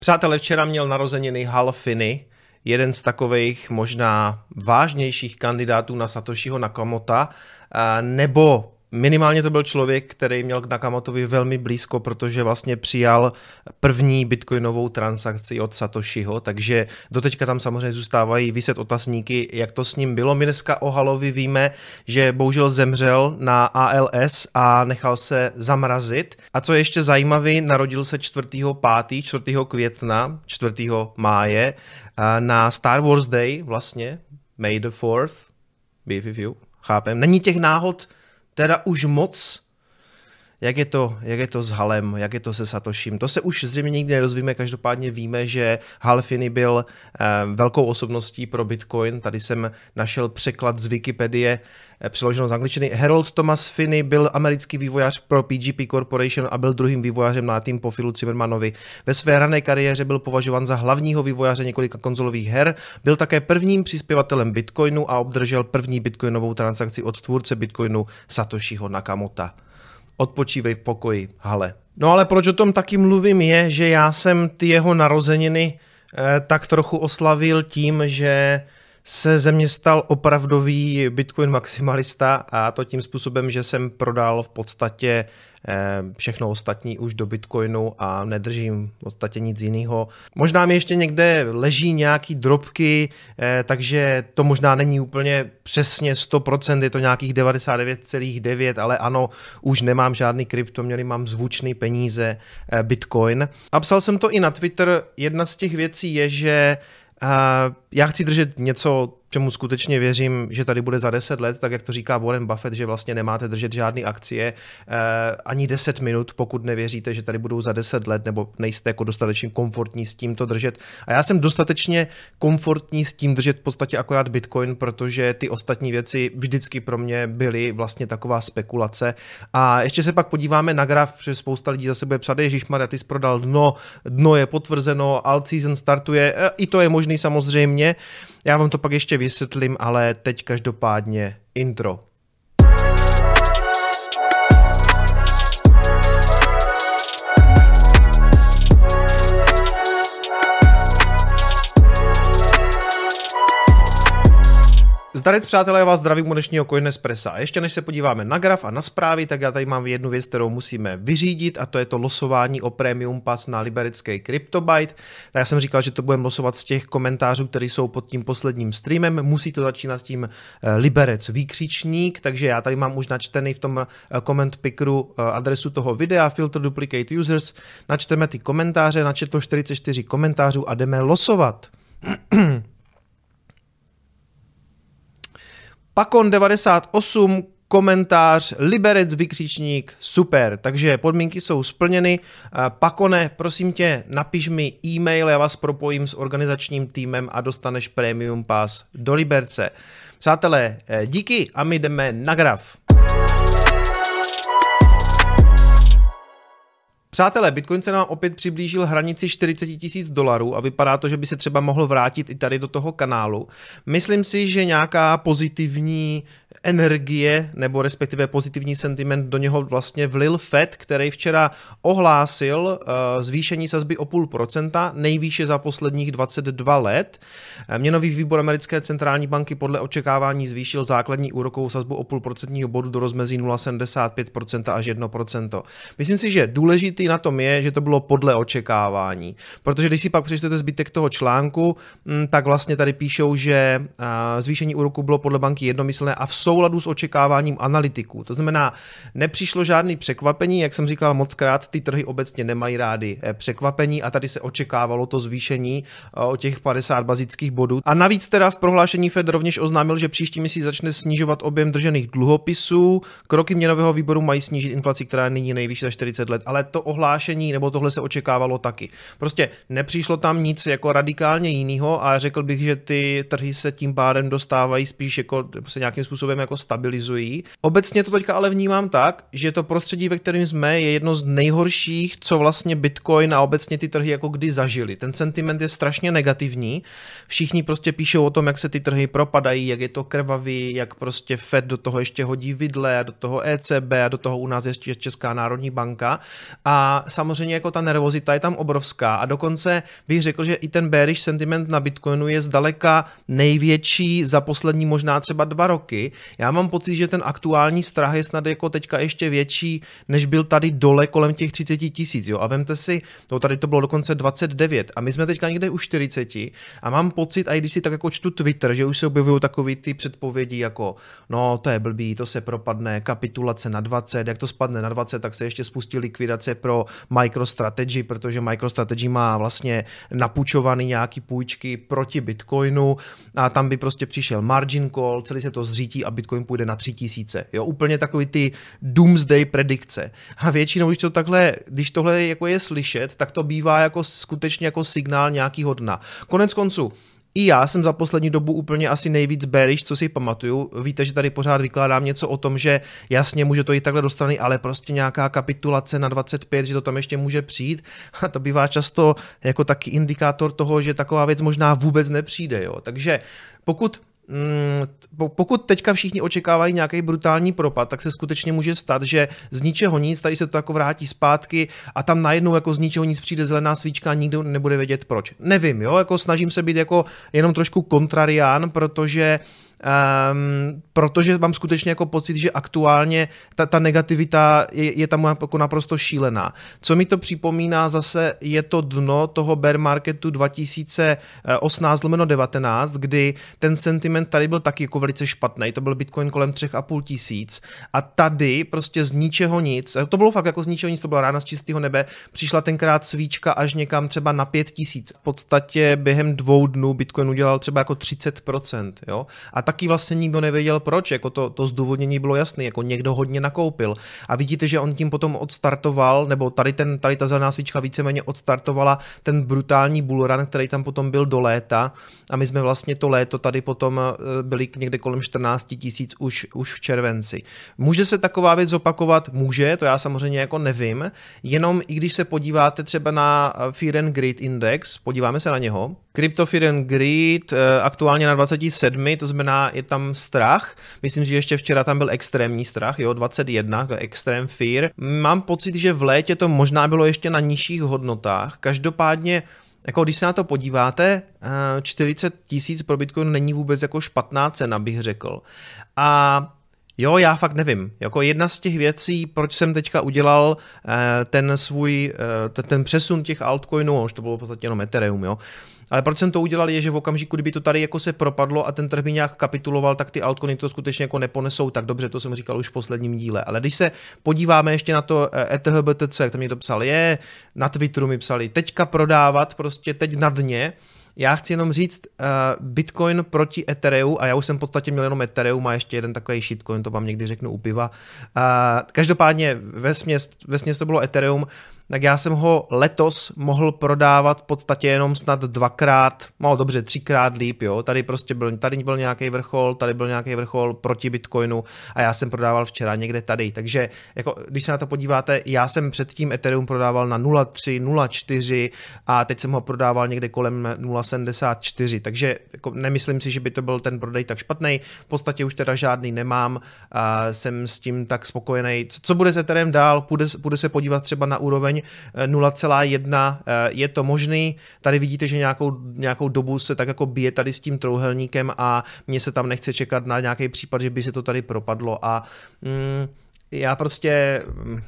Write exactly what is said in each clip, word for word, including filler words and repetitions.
Přátelé, včera měl narozeniny Hal Finney, jeden z takových možná vážnějších kandidátů na Satoshiho Nakamota, nebo minimálně to byl člověk, který měl k Nakamotovi velmi blízko, protože vlastně přijal první bitcoinovou transakci od Satoshiho, takže doteďka tam samozřejmě zůstávají viset otazníky, jak to s ním bylo. My dneska o Halovi víme, že bohužel zemřel na A L S a nechal se zamrazit. A co je ještě zajímavý, narodil se čtvrtého pátého čtvrtého května, čtvrtého máje na Star Wars Day vlastně, May the fourth, be with you, chápem. Není těch náhod teda už moc, jak je to, jak je to s Halem, jak je to se Satoshim. To se už zřejmě nikdy nedozvíme, každopádně víme, že Hal Finney byl eh, velkou osobností pro Bitcoin. Tady jsem našel překlad z Wikipedie, eh, přeloženo z angličtiny. Harold Thomas Finney byl americký vývojář pro P G P Corporation a byl druhým vývojářem na tým po Philu Zimmermanovi. Ve své rané kariéře byl považován za hlavního vývojáře několika konzolových her. Byl také prvním přispěvatelem Bitcoinu a obdržel první bitcoinovou transakci od tvůrce Bitcoinu Satoshiho Nakamota. Odpočívej v pokoji, Hale. No ale proč o tom taky mluvím je, že já jsem ty jeho narozeniny eh, tak trochu oslavil tím, že se ze mě stal opravdový Bitcoin maximalista, a to tím způsobem, že jsem prodal v podstatě všechno ostatní už do Bitcoinu a nedržím v podstatě nic jiného. Možná mi ještě někde leží nějaký drobky, takže to možná není úplně přesně sto procent, je to nějakých devadesát devět celá devět, ale ano, už nemám žádný kryptoměny, mám zvučný peníze Bitcoin. A psal jsem to i na Twitter, jedna z těch věcí je, že Uh, já chci držet něco, čemu skutečně věřím, že tady bude za deset let, tak jak to říká Warren Buffett, že vlastně nemáte držet žádné akcie uh, ani deset minut, pokud nevěříte, že tady budou za deset let, nebo nejste jako dostatečně komfortní s tím to držet. A já jsem dostatečně komfortní s tím držet v podstatě akorát Bitcoin, protože ty ostatní věci vždycky pro mě byly vlastně taková spekulace. A ještě se pak podíváme na graf, že spousta lidí zase bude psát, ježišmarja, ty jsi prodal dno, dno je potvrzeno, alt season startuje, i to je možný samozřejmě. Já vám to pak ještě vysvětlím, ale teď každopádně intro. Zdarec, přátelé, já vás zdravím u dnešního Coinespressa. A ještě než se podíváme na graf a na zprávy, tak já tady mám jednu věc, kterou musíme vyřídit, a to je to losování o Premium Pass na liberický CryptoByte. Tak já jsem říkal, že to budeme losovat z těch komentářů, které jsou pod tím posledním streamem. Musí to začínat tím Liberec výkřičník, takže já tady mám už načtený v tom comment pickeru adresu toho videa, filter duplicate users. Načteme ty komentáře, načetlo čtyřicet čtyři komentářů a jdeme losovat. Pakon devadesát osm, komentář, Liberec, vykřičník, super, takže podmínky jsou splněny. Pakone, prosím tě, napiš mi e-mail, já vás propojím s organizačním týmem a dostaneš Premium Pass do Liberce. Přátelé, díky a my jdeme na graf. Přátelé, Bitcoin se nám opět přiblížil hranici čtyřicet tisíc dolarů a vypadá to, že by se třeba mohl vrátit i tady do toho kanálu. Myslím si, že nějaká pozitivní energie, nebo respektive pozitivní sentiment do něho vlastně vlil Fed, který včera ohlásil uh, zvýšení sazby o půl procenta, nejvýše za posledních dvacet dva let. Měnový výbor americké centrální banky podle očekávání zvýšil základní úrokovou sazbu o půl procentního bodu do rozmezí nula celá sedmdesát pět procenta až jedno procento. Myslím si, že důležitý na tom je, že to bylo podle očekávání, protože když si pak přečtete zbytek toho článku, tak vlastně tady píšou, že zvýšení úroku bylo podle banky jednomyslné a v souladu s očekáváním analytiků. To znamená, nepřišlo žádný překvapení, jak jsem říkal mockrát, ty trhy obecně nemají rády překvapení a tady se očekávalo to zvýšení o těch padesát bazických bodů. A navíc teda v prohlášení Fed rovněž oznámil, že příští měsíc začne snižovat objem držených dluhopisů. Kroky měnového výboru mají snížit inflaci, která je nyní nejvyšší za čtyřicet let, ale to ohlášení nebo tohle se očekávalo taky. Prostě nepřišlo tam nic jako radikálně jiného a řekl bych, že ty trhy se tím pádem dostávají spíš jako se nějakým způsobem způsobem jako stabilizují. Obecně to teďka ale vnímám tak, že to prostředí, ve kterém jsme, je jedno z nejhorších, co vlastně Bitcoin a obecně ty trhy jako kdy zažili. Ten sentiment je strašně negativní. Všichni prostě píšou o tom, jak se ty trhy propadají, jak je to krvavý, jak prostě Fed do toho ještě hodí vidle, a do toho E C B a do toho u nás ještě Česká národní banka. A samozřejmě jako ta nervozita je tam obrovská a dokonce bych řekl, že i ten bearish sentiment na Bitcoinu je zdaleka největší za poslední možná třeba dva roky. Já mám pocit, že ten aktuální strach je snad jako teďka ještě větší, než byl tady dole kolem těch třicet tisíc. Jo? A vemte si, to tady to bylo dokonce dvacet devět a my jsme teďka někde u čtyřicet a mám pocit, a i když si tak jako čtu Twitter, že už se objevují takový ty předpovědi jako no to je blbý, to se propadne, kapitulace na dvacet, jak to spadne na dvacet, tak se ještě spustí likvidace pro MicroStrategy, protože MicroStrategy má vlastně napůjčovaný nějaký půjčky proti Bitcoinu a tam by prostě přišel margin call, celý se to zřítí a Bitcoin půjde na tři tisíce. Jo, úplně takový ty doomsday predikce. A většinou, když to takhle, když tohle jako je slyšet, tak to bývá jako skutečně jako signál nějakýho dna. Konec konců, i já jsem za poslední dobu úplně asi nejvíc bearish, co si pamatuju. Víte, že tady pořád vykládám něco o tom, že jasně může to jít takhle do strany, ale prostě nějaká kapitulace na dvacet pět, že to tam ještě může přijít. A to bývá často jako taky indikátor toho, že taková věc možná vůbec nepřijde. Jo. Takže pokud pokud teďka všichni očekávají nějaký brutální propad, tak se skutečně může stát, že z ničeho nic, tady se to jako vrátí zpátky a tam najednou jako z ničeho nic přijde zelená svíčka a nikdo nebude vědět proč. Nevím, jo, jako snažím se být jako jenom trošku kontrarián, protože Um, protože mám skutečně jako pocit, že aktuálně ta, ta negativita je, je tam jako naprosto šílená. Co mi to připomíná zase je to dno toho bear marketu dva tisíce osmnáct devatenáct, kdy ten sentiment tady byl taky jako velice špatný, to byl Bitcoin kolem tři a půl tisíc a tady prostě z ničeho nic, to bylo fakt jako z ničeho nic, to byla rána z čistého nebe, přišla tenkrát svíčka až někam třeba na pět tisíc. V podstatě během dvou dnů Bitcoin udělal třeba jako třicet procent, jo, a taky vlastně nikdo nevěděl proč, jako to, to zdůvodnění bylo jasné, jako někdo hodně nakoupil a vidíte, že on tím potom odstartoval, nebo tady, ten, tady ta zelená svíčka víceméně odstartovala ten brutální bullrun, který tam potom byl do léta a my jsme vlastně to léto tady potom byli někde kolem čtrnáct tisíc už, už v červenci. Může se taková věc opakovat? Může, to já samozřejmě jako nevím, jenom i když se podíváte třeba na Fear and Greed Index, podíváme se na něho, Crypto Fear and Greed aktuálně na dvacet sedm, to znamená, je tam strach. Myslím, že ještě včera tam byl extrémní strach, jo, dvacet jedna, extrém fear. Mám pocit, že v létě to možná bylo ještě na nižších hodnotách. Každopádně, jako když se na to podíváte, čtyřicet tisíc pro Bitcoin není vůbec jako špatná cena, bych řekl. A jo, já fakt nevím. Jako jedna z těch věcí, proč jsem teďka udělal ten svůj, ten přesun těch altcoinů, už to bylo v podstatě jenom Ethereum, jo. Ale proč jsem to udělal je, že v okamžiku, kdyby to tady jako se propadlo a ten trh by nějak kapituloval, tak ty altcoiny to skutečně jako neponesou tak dobře, to jsem říkal už v posledním díle. Ale když se podíváme ještě na to E T H B T C, jak to mě to psal, je, na Twitteru mi psali, teďka prodávat prostě teď na dně. Já chci jenom říct, uh, Bitcoin proti Ethereum, a já už jsem v podstatě měl jenom Ethereum a ještě jeden takový shitcoin, to vám někdy řeknu u piva. Uh, každopádně vesměs, vesměs to bylo Ethereum, tak já jsem ho letos mohl prodávat v podstatě jenom snad dvakrát, no dobře, třikrát líp, jo. Tady prostě byl, tady byl nějaký vrchol, tady byl nějaký vrchol proti Bitcoinu a já jsem prodával včera někde tady. Takže jako, když se na to podíváte, já jsem předtím Ethereum prodával na nula celá tři, nula celá čtyři a teď jsem ho prodával někde kolem nula celá sedmdesát čtyři, takže jako nemyslím si, že by to byl ten prodej tak špatný. V podstatě už teda žádný nemám, a jsem s tím tak spokojený. Co bude s Ethereum dál? Půjde, půjde se podívat třeba na úroveň nula celá jedna, je to možný. Tady vidíte, že nějakou, nějakou dobu se tak jako bije tady s tím trouhelníkem a mně se tam nechce čekat na nějaký případ, že by se to tady propadlo a mm, já prostě...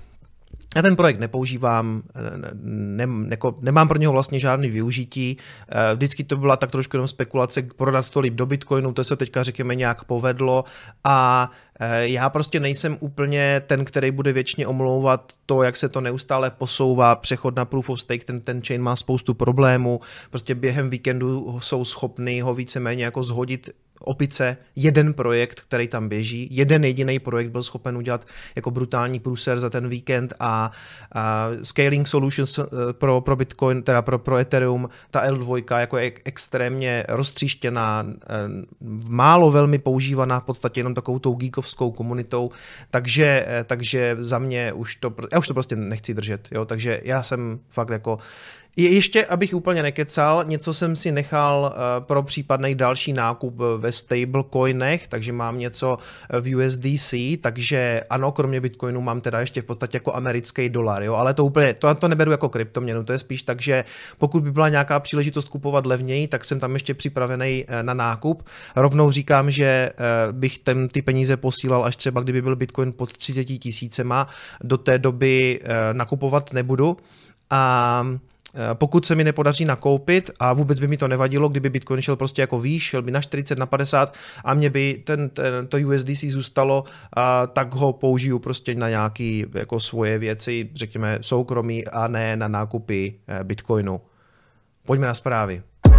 Já ten projekt nepoužívám, ne, jako nemám pro něho vlastně žádný využití, vždycky to byla tak trošku jenom spekulace prodat to líp do Bitcoinu, to se teďka řekněme nějak povedlo a já prostě nejsem úplně ten, který bude věčně omlouvat to, jak se to neustále posouvá, přechod na Proof of Stake, ten, ten chain má spoustu problémů, prostě během víkendu jsou schopný ho víceméně jako zhodit opice, jeden projekt, který tam běží, jeden jediný projekt byl schopen udělat jako brutální průser za ten víkend a, a scaling solutions pro, pro Bitcoin, teda pro, pro Ethereum, ta L dva jako je extrémně roztříštěná, málo velmi používaná, v podstatě jenom takovou tou geekovskou komunitou, takže, takže za mě už to, já už to prostě nechci držet, jo, takže já jsem fakt jako Je ještě, abych úplně nekecal, něco jsem si nechal pro případný další nákup ve stablecoinech, takže mám něco v U S D C, takže ano, kromě Bitcoinu mám teda ještě v podstatě jako americký dolar, jo, ale to úplně, to, to neberu jako kryptoměnu, to je spíš tak, že pokud by byla nějaká příležitost kupovat levněji, tak jsem tam ještě připravený na nákup. Rovnou říkám, že bych ten, ty peníze posílal až třeba, kdyby byl Bitcoin pod třicet tisícema, do té doby nakupovat nebudu. A pokud se mi nepodaří nakoupit a vůbec by mi to nevadilo, kdyby Bitcoin šel prostě jako výš, šel by na čtyřicet, na padesát a mě by ten, ten, to U S D C zůstalo, a tak ho použiju prostě na nějaké jako svoje věci, řekněme soukromí a ne na nákupy Bitcoinu. Pojďme na zprávy.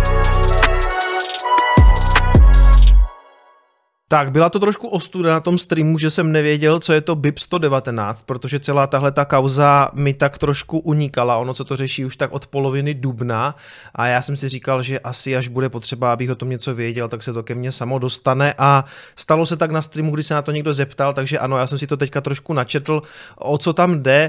Tak, byla to trošku ostuda na tom streamu, že jsem nevěděl, co je to B I P sto devatenáct, protože celá tahle ta kauza mi tak trošku unikala, ono se to řeší už tak od poloviny dubna a já jsem si říkal, že asi až bude potřeba, abych o tom něco věděl, tak se to ke mně samo dostane a stalo se tak na streamu, kdy se na to někdo zeptal, takže ano, já jsem si to teďka trošku načetl, o co tam jde.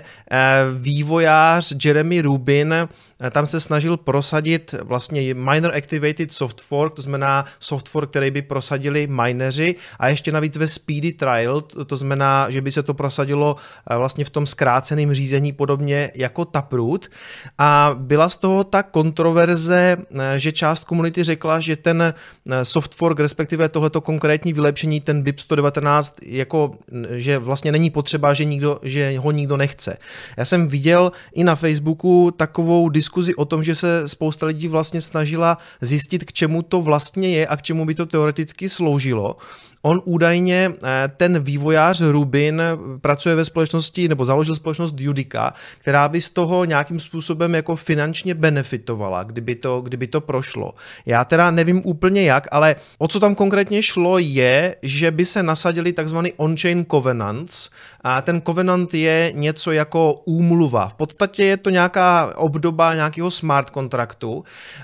Vývojář Jeremy Rubin tam se snažil prosadit vlastně miner activated soft fork, to znamená soft fork, který by prosadili mineři, a ještě navíc ve speedy trial, to znamená, že by se to prosadilo vlastně v tom zkráceném řízení podobně jako Taproot. A byla z toho ta kontroverze, že část komunity řekla, že ten soft fork, respektive tohleto konkrétní vylepšení, ten B I P sto devatenáct, jako, že vlastně není potřeba, že, nikdo, že ho nikdo nechce. Já jsem viděl i na Facebooku takovou diskuzi o tom, že se spousta lidí vlastně snažila zjistit, k čemu to vlastně je a k čemu by to teoreticky sloužilo. On údajně, ten vývojář Rubin, pracuje ve společnosti, nebo založil společnost Judica, která by z toho nějakým způsobem jako finančně benefitovala, kdyby to, kdyby to prošlo. Já teda nevím úplně jak, ale o co tam konkrétně šlo je, že by se nasadili takzvaný on-chain covenants a ten covenant je něco jako úmluva. V podstatě je to nějaká obdoba nějakého smart kontraktu.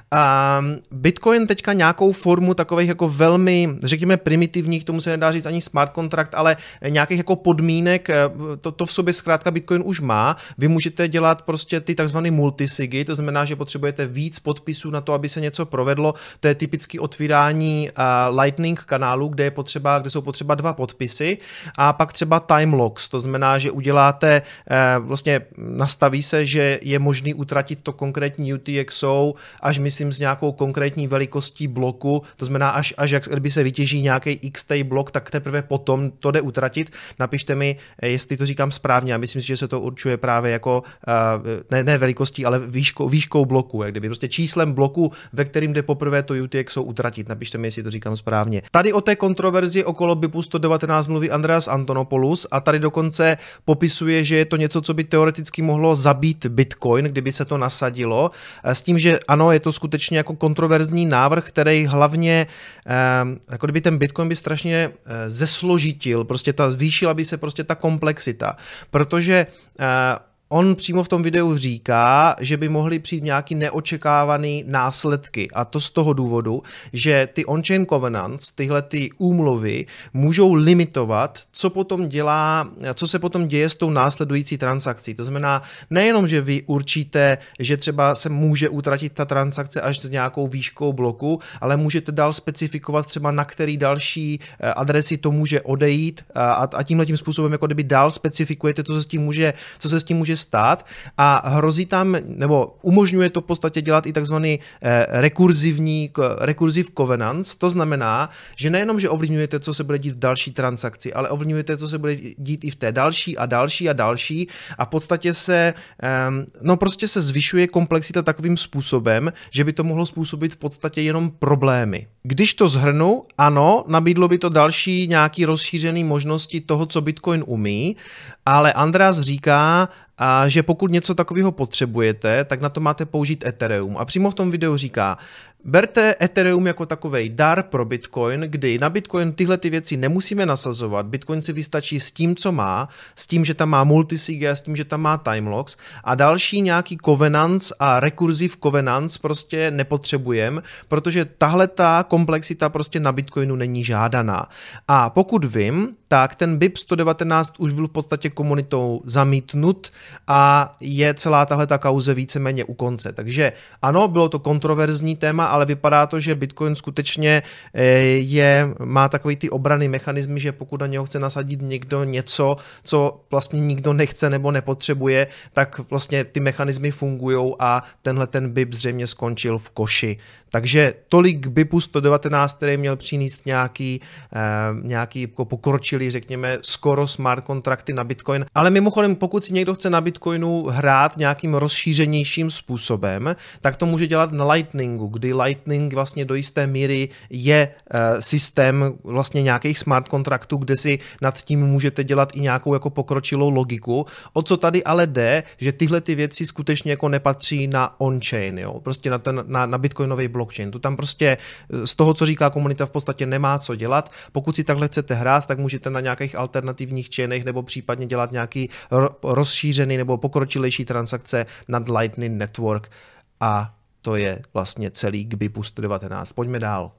A Bitcoin teďka nějakou formu takových jako velmi, řekněme, primitivních, tomu se nedá říct ani smart kontrakt, ale nějakých jako podmínek, to, to v sobě zkrátka Bitcoin už má. Vy můžete dělat prostě ty takzvané multisigy, to znamená, že potřebujete víc podpisů na to, aby se něco provedlo. To je typicky otvírání uh, Lightning kanálu, kde, je potřeba, kde jsou potřeba dva podpisy a pak třeba time locks, to znamená, že uděláte, uh, vlastně nastaví se, že je možný utratit to konkrétní U T X O až myslím s nějakou konkrétní velikostí bloku, to znamená až, až jak kdyby se vytěží nějaký X T blok, tak teprve potom to jde utratit. Napište mi, jestli to říkám správně, a myslím si, že se to určuje právě jako ne, ne velikostí, ale výškou, výškou bloku, jak kdyby prostě číslem bloku, ve kterým jde poprvé to U T X O utratit. Napište mi, jestli to říkám správně. Tady o té kontroverzi okolo B I P sto devatenáct mluví Andreas Antonopoulos a tady dokonce popisuje, že je to něco, co by teoreticky mohlo zabít Bitcoin, kdyby se to nasadilo. S tím, že ano, je to skutečně jako kontroverzní návrh, který hlavně, jako kdyby ten Bitcoin by strašně zesložitil, prostě ta, zvýšila by se prostě ta komplexita, protože on přímo v tom videu říká, že by mohly přijít nějaký neočekávaný následky a to z toho důvodu, že ty on-chain covenants, tyhle ty úmluvy můžou limitovat, co potom dělá, co se potom děje s tou následující transakcí. To znamená nejenom, že vy určíte, že třeba se může utratit ta transakce až s nějakou výškou bloku, ale můžete dál specifikovat třeba na který další adresy to může odejít a, a tímhle tím způsobem jako kdyby dál specifikujete, co se s tím může, co se s tím může stát a hrozí tam, nebo umožňuje to v podstatě dělat i takzvaný eh, rekurzivní, rekurziv covenants, to znamená, že nejenom, že ovlivňujete, co se bude dít v další transakci, ale ovlivňujete, co se bude dít i v té další a další a další a v podstatě se, eh, no prostě se zvyšuje komplexita takovým způsobem, že by to mohlo způsobit v podstatě jenom problémy. Když to shrnu, ano, nabídlo by to další nějaký rozšířený možnosti toho, co Bitcoin umí, ale Andreas říká, a že pokud něco takového potřebujete, tak na to máte použít Ethereum. A přímo v tom videu říká, Berte Ethereum jako takovej dar pro Bitcoin, kdy na Bitcoin tyhle ty věci nemusíme nasazovat. Bitcoin si vystačí s tím, co má, s tím, že tam má multisig a s tím, že tam má timelocks a další nějaký covenants a recursive covenants prostě nepotřebujeme, protože tahle ta komplexita prostě na Bitcoinu není žádaná. A pokud vím, tak ten B I P sto devatenáct už byl v podstatě komunitou zamítnut a je celá tahle ta kauze víceméně u konce. Takže ano, bylo to kontroverzní téma, ale vypadá to, že Bitcoin skutečně je, má takový ty obranný mechanismy, že pokud na něho chce nasadit někdo něco, co vlastně nikdo nechce nebo nepotřebuje, tak vlastně ty mechanismy fungují a tenhle ten B I P zřejmě skončil v koši. Takže tolik k B I P u sto devatenáct, který měl přinést nějaký, eh, nějaký jako pokročilý, řekněme, skoro smart kontrakty na Bitcoin. Ale mimochodem, pokud si někdo chce na Bitcoinu hrát nějakým rozšířenějším způsobem, tak to může dělat na Lightningu, kdy Lightning vlastně do jisté míry je eh, systém vlastně nějakých smart kontraktů, kde si nad tím můžete dělat i nějakou jako pokročilou logiku. O co tady ale jde, že tyhle ty věci skutečně jako nepatří na on-chain, jo? Prostě na, ten, na, na bitcoinový blockchain. To tam prostě z toho, co říká komunita, v podstatě nemá co dělat. Pokud si takhle chcete hrát, tak můžete na nějakých alternativních chainech nebo případně dělat nějaký rozšířený nebo pokročilejší transakce nad Lightning Network a to je vlastně celý k B I P u sto devatenáct. Pojďme dál.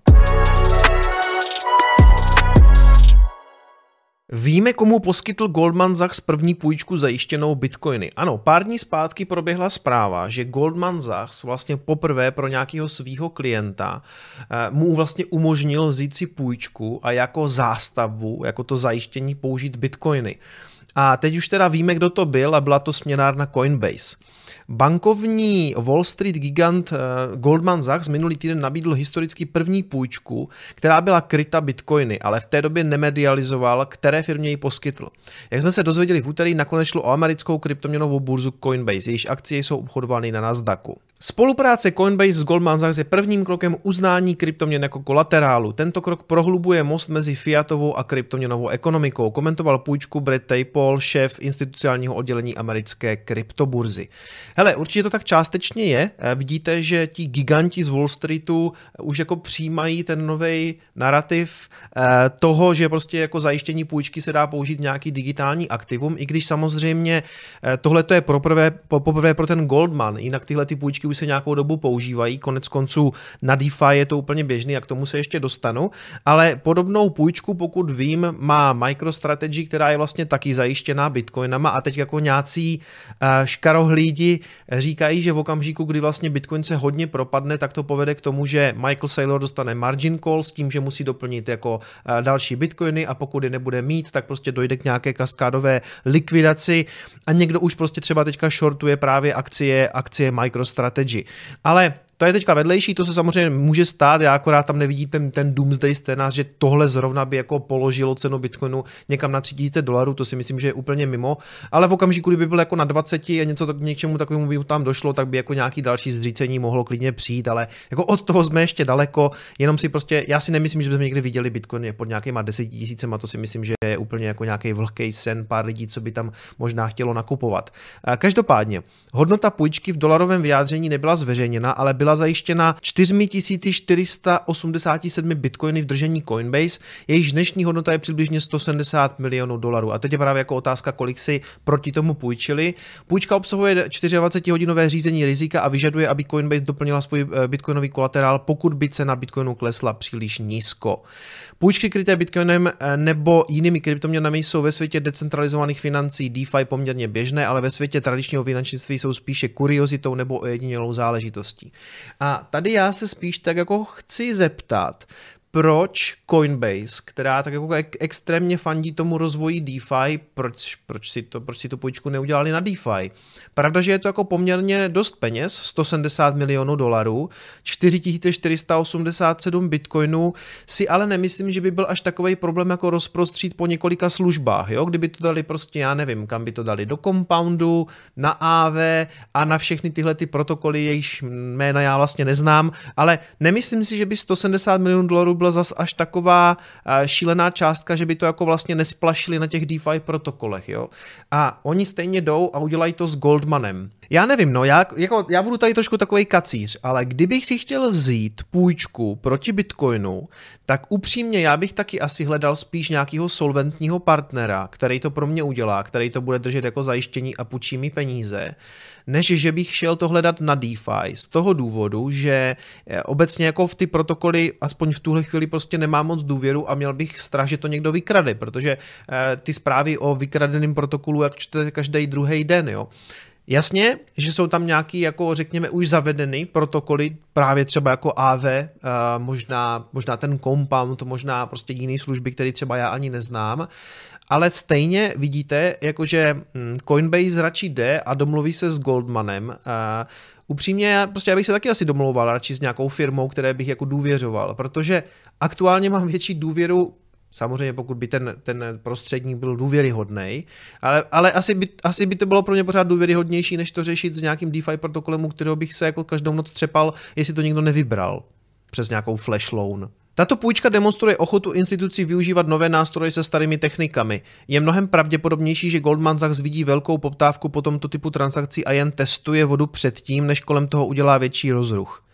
Víme, komu poskytl Goldman Sachs první půjčku zajištěnou bitcoiny. Ano, pár dní zpátky proběhla zpráva, že Goldman Sachs vlastně poprvé pro nějakého svého klienta mu vlastně umožnil vzít si půjčku a jako zástavbu, jako to zajištění použít bitcoiny. A teď už teda víme, kdo to byl a byla to směnárna Coinbase. Bankovní Wall Street gigant Goldman Sachs minulý týden nabídl historicky první půjčku, která byla kryta bitcoiny, ale v té době nemedializoval, které firmě ji poskytl. Jak jsme se dozvěděli v úterý, nakonec šlo o americkou kryptoměnovou burzu Coinbase, jejíž akcie jsou obchodovány na Nasdaqu. Spolupráce Coinbase s Goldman Sachs je prvním krokem uznání kryptoměn jako kolaterálu. Tento krok prohlubuje most mezi fiatovou a kryptoměnovou ekonomikou, komentoval půjčku Brett Taple, šéf institucionálního oddělení americké kryptoburzy. Hele, určitě to tak částečně je. Vidíte, že ti giganti z Wall Streetu už jako přijímají ten nový narrativ toho, že prostě jako zajištění půjčky se dá použít nějaký digitální aktivum, i když samozřejmě tohle to je poprvé, poprvé pro ten Goldman, jinak tyhle ty půjčky už se nějakou dobu používají, konec konců na DeFi je to úplně běžný a k tomu se ještě dostanu, ale podobnou půjčku, pokud vím, má MicroStrategy, která je vlastně taky zajištěná bitcoinama a teď jako nějací škarohlídi říkají, že v okamžiku, kdy vlastně Bitcoin se hodně propadne, tak to povede k tomu, že Michael Saylor dostane margin call s tím, že musí doplnit jako další bitcoiny a pokud je nebude mít, tak prostě dojde k nějaké kaskádové likvidaci a někdo už prostě třeba teďka shortuje právě akcie, akcie MicroStrategy. Ale to je teďka vedlejší, to se samozřejmě může stát, já akorát tam nevidím ten, ten doomsday scénář, že tohle zrovna by jako položilo cenu Bitcoinu někam na tři tisíce dolarů, to si myslím, že je úplně mimo, ale v okamžiku, kdyby byl jako na dvacet a něco tak, něčemu takovému by tam došlo, tak by jako nějaký další zřícení mohlo klidně přijít, ale jako od toho jsme ještě daleko, jenom si prostě, já si nemyslím, že bychom někdy viděli Bitcoin pod nějakýma deseti tisícema, to si myslím, že je úplně jako nějaký vlhký sen, pár lidí, co by tam možná chtělo nakupovat. Každopádně, hodnota půjčky v dolarovém vyjádření nebyla zveřejněna, ale byla zajištěna čtyři tisíce čtyři sta osmdesát sedm bitcoiny v držení Coinbase, jejíž dnešní hodnota je přibližně sto sedmdesát milionů dolarů. A teď je právě jako otázka, kolik si proti tomu půjčili. Půjčka obsahuje dvacetičtyřhodinové řízení rizika a vyžaduje, aby Coinbase doplnila svůj bitcoinový kolaterál, pokud by cena bitcoinu klesla příliš nízko. Půjčky kryté bitcoinem nebo jinými kryptoměnami jsou ve světě decentralizovaných financí DeFi poměrně běžné, ale ve světě tradičního finančnictví jsou spíše kuriozitou nebo ojedinělou záležitostí. A tady já se spíš tak jako chci zeptat, proč Coinbase, která tak jako ek- extrémně fandí tomu rozvoji DeFi, proč, proč, si to, proč si tu půjčku neudělali na DeFi? Pravda, že je to jako poměrně dost peněz, sto sedmdesát milionů dolarů, čtyři tisíce čtyři sta osmdesát sedm bitcoinů, si ale nemyslím, že by byl až takovej problém jako rozprostřít po několika službách, jo? Kdyby to dali prostě, já nevím, kam by to dali, do Compoundu, na A V a na všechny tyhle ty protokoly, jejichž jména já vlastně neznám, ale nemyslím si, že by sto sedmdesát milionů dolarů byla zas až taková šílená částka, že by to jako vlastně nesplašili na těch DeFi protokolech, jo. A oni stejně jdou a udělají to s Goldmanem. Já nevím, no, já, jako, já budu tady trošku takovej kacíř, ale kdybych si chtěl vzít půjčku proti Bitcoinu, tak upřímně já bych taky asi hledal spíš nějakého solventního partnera, který to pro mě udělá, který to bude držet jako zajištění a půjčí mi peníze, než že bych šel to hledat na DeFi z toho důvodu, že obecně jako v ty protokoly aspoň v tuhle chvíli prostě nemám moc důvěru a měl bych strach, že to někdo vykrade, protože ty zprávy o vykradeném protokolu jak čtete každý druhý den, jo. Jasně, že jsou tam nějaký, jako řekněme, už zavedený protokoly, právě třeba jako A V, možná, možná ten Compound, možná prostě jiné služby, které třeba já ani neznám, ale stejně vidíte, jakože Coinbase radši jde a domluví se s Goldmanem. Upřímně, prostě já bych se taky asi domlouval radši s nějakou firmou, které bych jako důvěřoval, protože aktuálně mám větší důvěru. Samozřejmě pokud by ten, ten prostředník byl důvěryhodný, ale, ale asi, by, asi by to bylo pro ně pořád důvěryhodnější, než to řešit s nějakým DeFi protokolem, u kterého bych se jako každou noc třepal, jestli to někdo nevybral přes nějakou flash loan. Tato půjčka demonstruje ochotu institucí využívat nové nástroje se starými technikami. Je mnohem pravděpodobnější, že Goldman Sachs vidí velkou poptávku po tomto typu transakcí a jen testuje vodu předtím, než kolem toho udělá větší rozruch.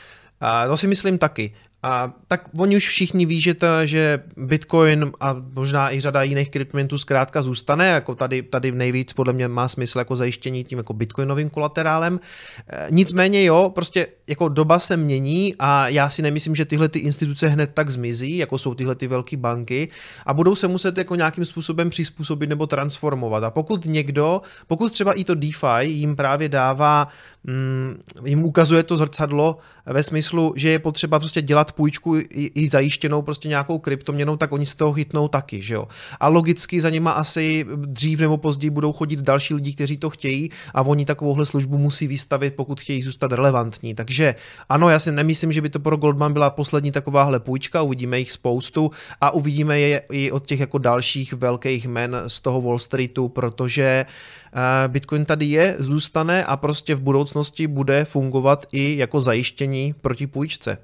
A to si myslím taky. A tak oni už všichni ví, že, to, že Bitcoin a možná i řada jiných kryptoměnů zkrátka zůstane, jako tady, tady nejvíc podle mě má smysl jako zajištění tím jako bitcoinovým kolaterálem. Nicméně jo, prostě jako doba se mění a já si nemyslím, že tyhle ty instituce hned tak zmizí, jako jsou tyhle ty velké banky a budou se muset jako nějakým způsobem přizpůsobit nebo transformovat. A pokud někdo, pokud třeba i to DeFi jim právě dává, mm, jim ukazuje to zrcadlo ve smyslu, že je potřeba prostě dělat půjčku i, i zajištěnou prostě nějakou kryptoměnou, tak oni se toho chytnou taky, že jo. A logicky za nima asi dřív nebo později budou chodit další lidi, kteří to chtějí a oni takovouhle službu musí vystavit, pokud chtějí zůstat relevantní. Takže ano, já si nemyslím, že by to pro Goldman byla poslední takováhle půjčka, uvidíme jich spoustu a uvidíme je i od těch jako dalších velkých jmen z toho Wall Streetu, protože Bitcoin tady je, zůstane a prostě v budoucnosti bude fungovat i jako zajištění proti půjčce.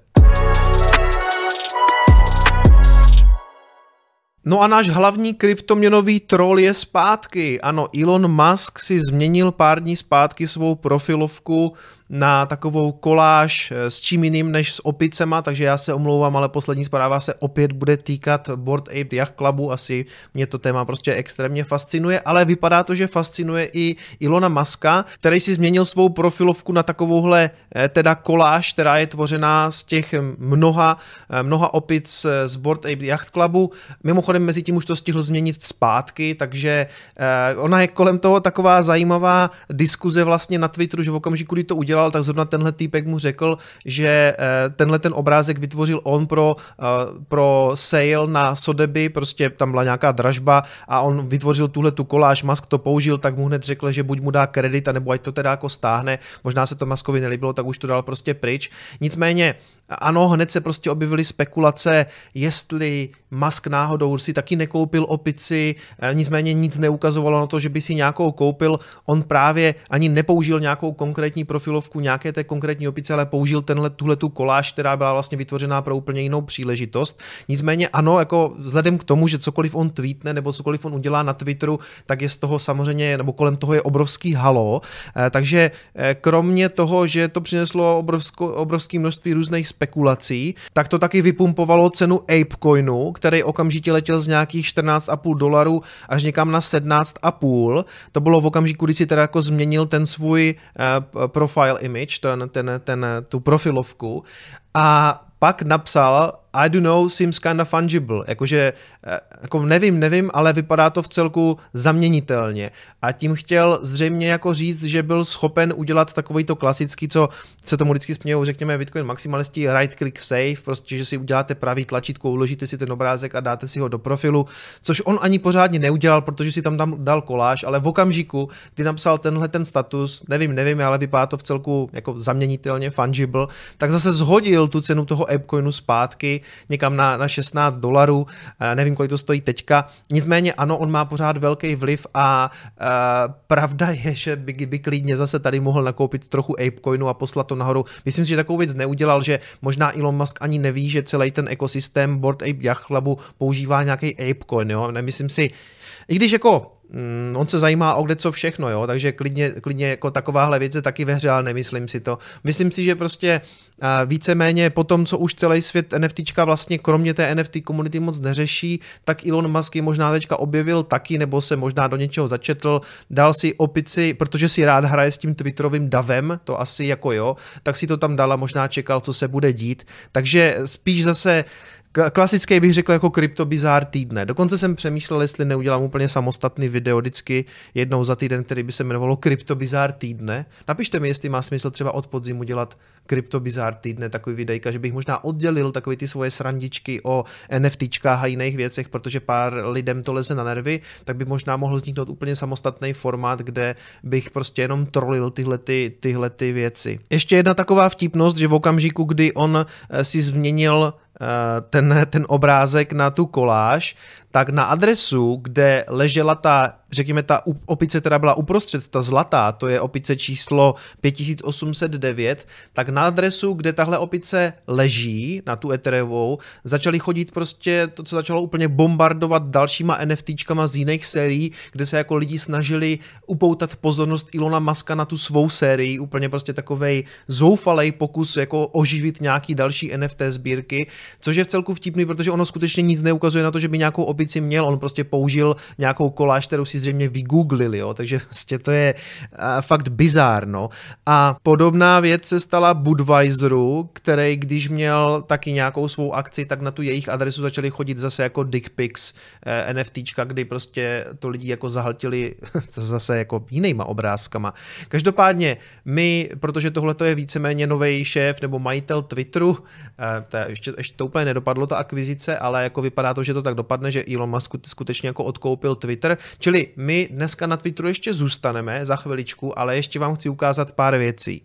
No a náš hlavní kryptoměnový troll je zpátky. Ano, Elon Musk si změnil pár dní zpátky svou profilovku na takovou koláž s čím jiným než s opicema, takže já se omlouvám, ale poslední zpráva se opět bude týkat Bored Ape Yacht Clubu, asi mě to téma prostě extrémně fascinuje, ale vypadá to, že fascinuje i Elona Muska, který si změnil svou profilovku na takovouhle teda koláž, která je tvořená z těch mnoha, mnoha opic z Bored Ape Yacht Clubu. Mimochodem mezi tím už to stihl změnit zpátky, takže ona je kolem toho taková zajímavá diskuze vlastně na Twitteru, že v okamžiku, kdy to udělal, tak zrovna tenhle týpek mu řekl, že tenhle ten obrázek vytvořil on pro, pro sale na Sotheby, prostě tam byla nějaká dražba a on vytvořil tuhle tu koláž, Musk to použil, tak mu hned řekl, že buď mu dá kredit, anebo ať to teda jako stáhne, možná se to Muskovi nelíbilo, tak už to dal prostě pryč. Nicméně ano, hned se prostě objevily spekulace, jestli Musk náhodou si taky nekoupil opici, nicméně nic neukazovalo na to, že by si nějakou koupil, on právě ani nepoužil nějakou konkrétní profilovku nějaké té konkrétní opice, ale použil tenhle, tuhletu koláž, která byla vlastně vytvořená pro úplně jinou příležitost. Nicméně ano, jako vzhledem k tomu, že cokoliv on tweetne nebo cokoliv on udělá na Twitteru, tak je z toho samozřejmě, nebo kolem toho je obrovský halo, takže kromě toho, že to přineslo obrovsko, obrovské množství různých spekulací, tak to taky vypumpovalo cenu Apecoinu, který okamžitě letěl z nějakých čtrnáct a půl dolarů až někam na sedmnáct a půl. To bylo v okamžiku, kdy si teda jako změnil ten svůj uh, profile image, ten, ten, ten, tu profilovku a pak napsal I do know, seems kinda fungible, jakože jako nevím, nevím, ale vypadá to v celku zaměnitelně a tím chtěl zřejmě jako říct, že byl schopen udělat takový to klasický, co se tomu vždycky smějou, řekněme Bitcoin maximalisti, right click save, prostě, že si uděláte pravý tlačítko, uložíte si ten obrázek a dáte si ho do profilu, což on ani pořádně neudělal, protože si tam dal koláž, ale v okamžiku, kdy napsal tenhle ten status, nevím, nevím, ale vypadá to v celku jako zaměnitelně fungible, tak zase zhodil tu cenu toho ApeCoinu zpátky někam na, na šestnáct dolarů, nevím, kolik to stojí teďka, nicméně ano, on má pořád velký vliv a uh, pravda je, že by, by klidně zase tady mohl nakoupit trochu ApeCoinu a poslat to nahoru. Myslím si, že takovou věc neudělal, že možná Elon Musk ani neví, že celý ten ekosystém Bored Ape Yacht Clubu používá nějaký ApeCoin, jo, nemyslím si, i když jako mm, on se zajímá o kde co všechno, jo, takže klidně, klidně jako takováhle věc je taky ve hře, ale nemyslím si to. Myslím si, že prostě uh, víceméně po tom, co už celý svět NFTčka vlastně kromě té N F T komunity moc neřeší, tak Elon Musk ji možná teďka objevil taky, nebo se možná do něčeho začetl, dal si opici, protože si rád hraje s tím Twitterovým davem, to asi jako jo, tak si to tam dal a možná čekal, co se bude dít. Takže spíš zase klasický bych řekl jako kryptobizár týdne. Dokonce jsem přemýšlel, jestli neudělám úplně samostatný video vždycky jednou za týden, který by se jmenovalo kryptobizár týdne. Napište mi, jestli má smysl třeba od podzimu dělat kryptobizár týdne, takový videjka, že bych možná oddělil takový ty svoje srandičky o NFTčkách a jiných věcech, protože pár lidem to leze na nervy, tak by možná mohl vzniknout úplně samostatný formát, kde bych prostě jenom trolil tyhle, ty, tyhle ty věci. Ještě jedna taková vtipnost, že v okamžiku, kdy on si změnil ten, ten obrázek na tu koláž, tak na adresu, kde ležela ta, řekněme, ta opice, která byla uprostřed, ta zlatá, to je opice číslo pět tisíc osm set devět, tak na adresu, kde tahle opice leží, na tu Ethereovou, začali chodit prostě to, co začalo úplně bombardovat dalšíma NFTčkama z jiných sérií, kde se jako lidi snažili upoutat pozornost Elona Muska na tu svou sérii, úplně prostě takovej zoufalej pokus jako oživit nějaký další N F T sbírky, což je v celku vtipný, protože ono skutečně nic neukazuje na to, že by nějakou opici měl, on prostě použil nějakou koláž, kterou si zřejmě vygooglili, jo, takže vlastně to je uh, fakt bizárno. A podobná věc se stala Budweiseru, který když měl taky nějakou svou akci, tak na tu jejich adresu začali chodit zase jako dick pics uh, NFTčka, kdy prostě to lidi jako zahltili zase jako jinýma obrázkama. Každopádně my, protože tohle je víceméně nový šéf nebo majitel Twitteru, uh, to ještě, ještě to úplně nedopadlo ta akvizice, ale jako vypadá to, že to tak dopadne, že Elon Musk skutečně jako odkoupil Twitter, čili my dneska na Twitteru ještě zůstaneme za chviličku, ale ještě vám chci ukázat pár věcí.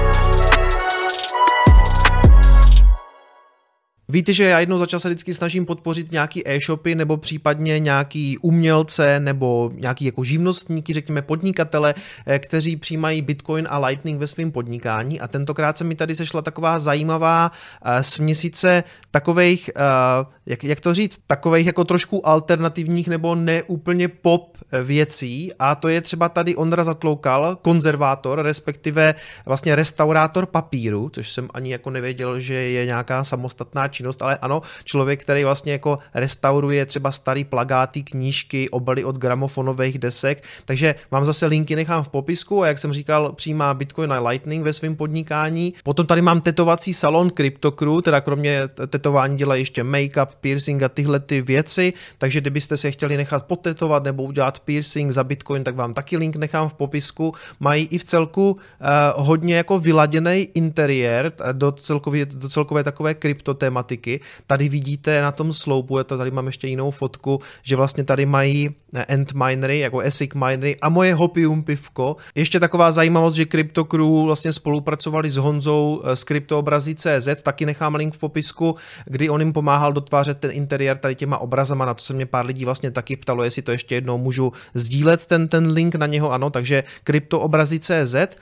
Víte, že já jednou za čas se vždycky snažím podpořit nějaký e-shopy nebo případně nějaký umělce nebo nějaký jako živnostníky, řekněme podnikatele, kteří přijímají Bitcoin a Lightning ve svém podnikání a tentokrát se mi tady sešla taková zajímavá uh, směsice takovejch, uh, jak, jak to říct, takovejch jako trošku alternativních nebo neúplně pop věcí a to je třeba tady Ondra Zatloukal, konzervátor, respektive vlastně restaurátor papíru, což jsem ani jako nevěděl, že je nějaká samostatná činnost, ale ano, člověk, který vlastně jako restauruje třeba starý plagáty, knížky, obaly od gramofonových desek, takže vám zase linky nechám v popisku a jak jsem říkal, přijímá Bitcoin a Lightning ve svém podnikání. Potom tady mám tetovací salon CryptoCrew, teda kromě tetování dělají ještě make-up, piercing a tyhle ty věci, takže kdybyste se chtěli nechat potetovat nebo udělat piercing za Bitcoin, tak vám taky link nechám v popisku. Mají i v celku uh, hodně jako vyladěný interiér do celkové, do celkové takové kryptotématiky. Tady vidíte na tom sloupu, já tady mám ještě jinou fotku, že vlastně tady mají Antminery, jako ASIC minery a moje Hopium pivko. Ještě taková zajímavost, že CryptoCrew vlastně spolupracovali s Honzou z kryptoobrazy tečka cé zet, taky nechám link v popisku, kdy on jim pomáhal dotvářet ten interiér tady těma obrazama, na to se mě pár lidí vlastně taky ptalo, jestli to ještě jednou můžu sdílet ten, ten link na něho, ano, takže kryptoobrazy tečka cé zet.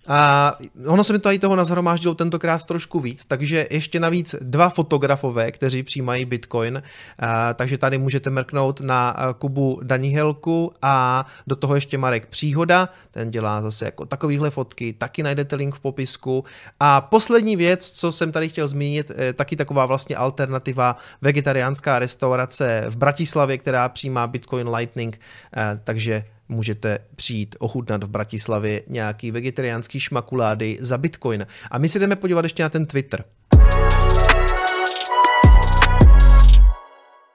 A ono se mi tady toho nazhromáždilo tentokrát trošku víc, takže ještě navíc dva fotografové, kteří přijímají Bitcoin, a, takže tady můžete mrknout na Kubu Danihelku a do toho ještě Marek Příhoda, ten dělá zase jako takovýhle fotky, taky najdete link v popisku. A poslední věc, co jsem tady chtěl zmínit, je taky taková vlastně alternativa, vegetariánská restaurace v Bratislavě, která přijímá Bitcoin Lightning, a, takže můžete přijít ochutnat v Bratislavě nějaký vegetariánský šmakulády za Bitcoin. A my si jdeme podívat ještě na ten Twitter.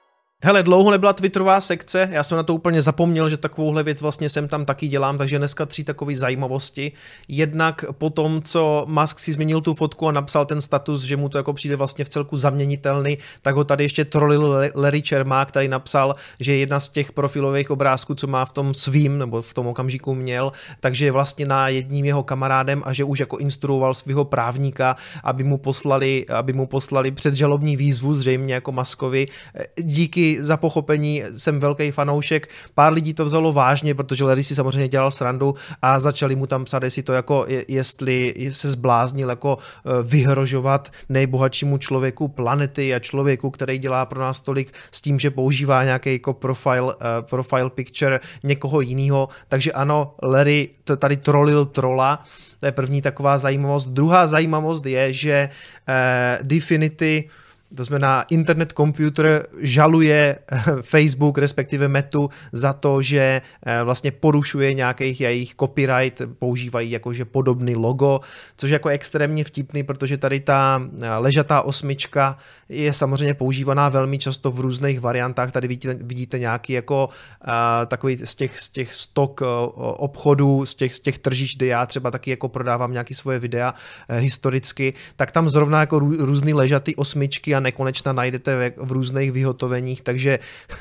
Hele, dlouho nebyla twitterová sekce, já jsem na to úplně zapomněl, že takovouhle věc vlastně sem tam taky dělám, takže dneska tři takové zajímavosti. Jednak po tom, co Musk si změnil tu fotku a napsal ten status, že mu to jako přijde vlastně v celku zaměnitelný, tak ho tady ještě trolil Larry Čermák, který napsal, že jedna z těch profilových obrázků, co má v tom svým, nebo v tom okamžiku měl, takže je vlastně na jedním jeho kamarádem a že už jako instruoval svého právníka, aby mu poslali, aby mu poslali předžalobní výzvu, zřejmě jako Muskovi. Díky za pochopení, jsem velký fanoušek, pár lidí to vzalo vážně, protože Larry si samozřejmě dělal srandu a začali mu tam psát, jestli to jako, jestli se zbláznil jako vyhrožovat nejbohatšímu člověku planety a člověku, který dělá pro nás tolik s tím, že používá nějaký jako profile, profile picture někoho jiného, takže ano, Larry to tady trolil trola. To je první taková zajímavost. Druhá zajímavost je, že eh, Dfinity, to znamená Internet Computer, žaluje Facebook, respektive Metu, za to, že vlastně porušuje nějakých jejich copyright, používají jakože podobný logo, což je jako extrémně vtipný, protože tady ta ležatá osmička je samozřejmě používaná velmi často v různých variantách. Tady vidíte, vidíte nějaký jako uh, takový z těch, z těch stok uh, obchodů, z těch, z těch tržišť, kde já třeba taky jako prodávám nějaký svoje videa uh, historicky, tak tam zrovna jako rů, různý ležatý osmičky a nekonečna najdete v, v různých vyhotoveních, takže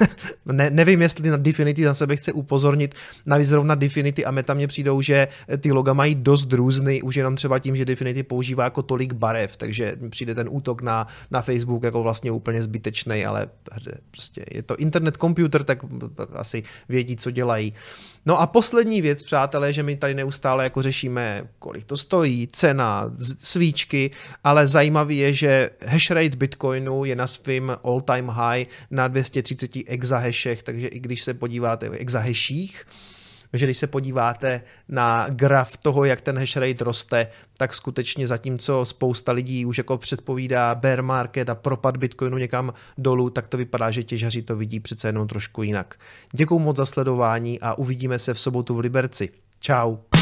ne, nevím, jestli na Dfinity na sebe chce upozornit. Navíc zrovna Dfinity a Meta mně přijdou, že ty loga mají dost různý, už jenom třeba tím, že Dfinity používá jako tolik barev, takže přijde ten útok na, na Facebook jako vlastně úplně zbytečný, ale prostě je to Internet Computer, tak asi vědí, co dělají. No a poslední věc, přátelé, že my tady neustále jako řešíme, kolik to stojí, cena, svíčky, ale zajímavý je, že hashrate Bitcoinu je na svým all-time high na dvě stě třicet exahashech, takže i když se podíváte v exahashích, že když se podíváte na graf toho, jak ten hashrate roste, tak skutečně zatímco spousta lidí už jako předpovídá bear market a propad Bitcoinu někam dolů, tak to vypadá, že těžaři to vidí přece jenom trošku jinak. Děkuju moc za sledování a uvidíme se v sobotu v Liberci. Čau.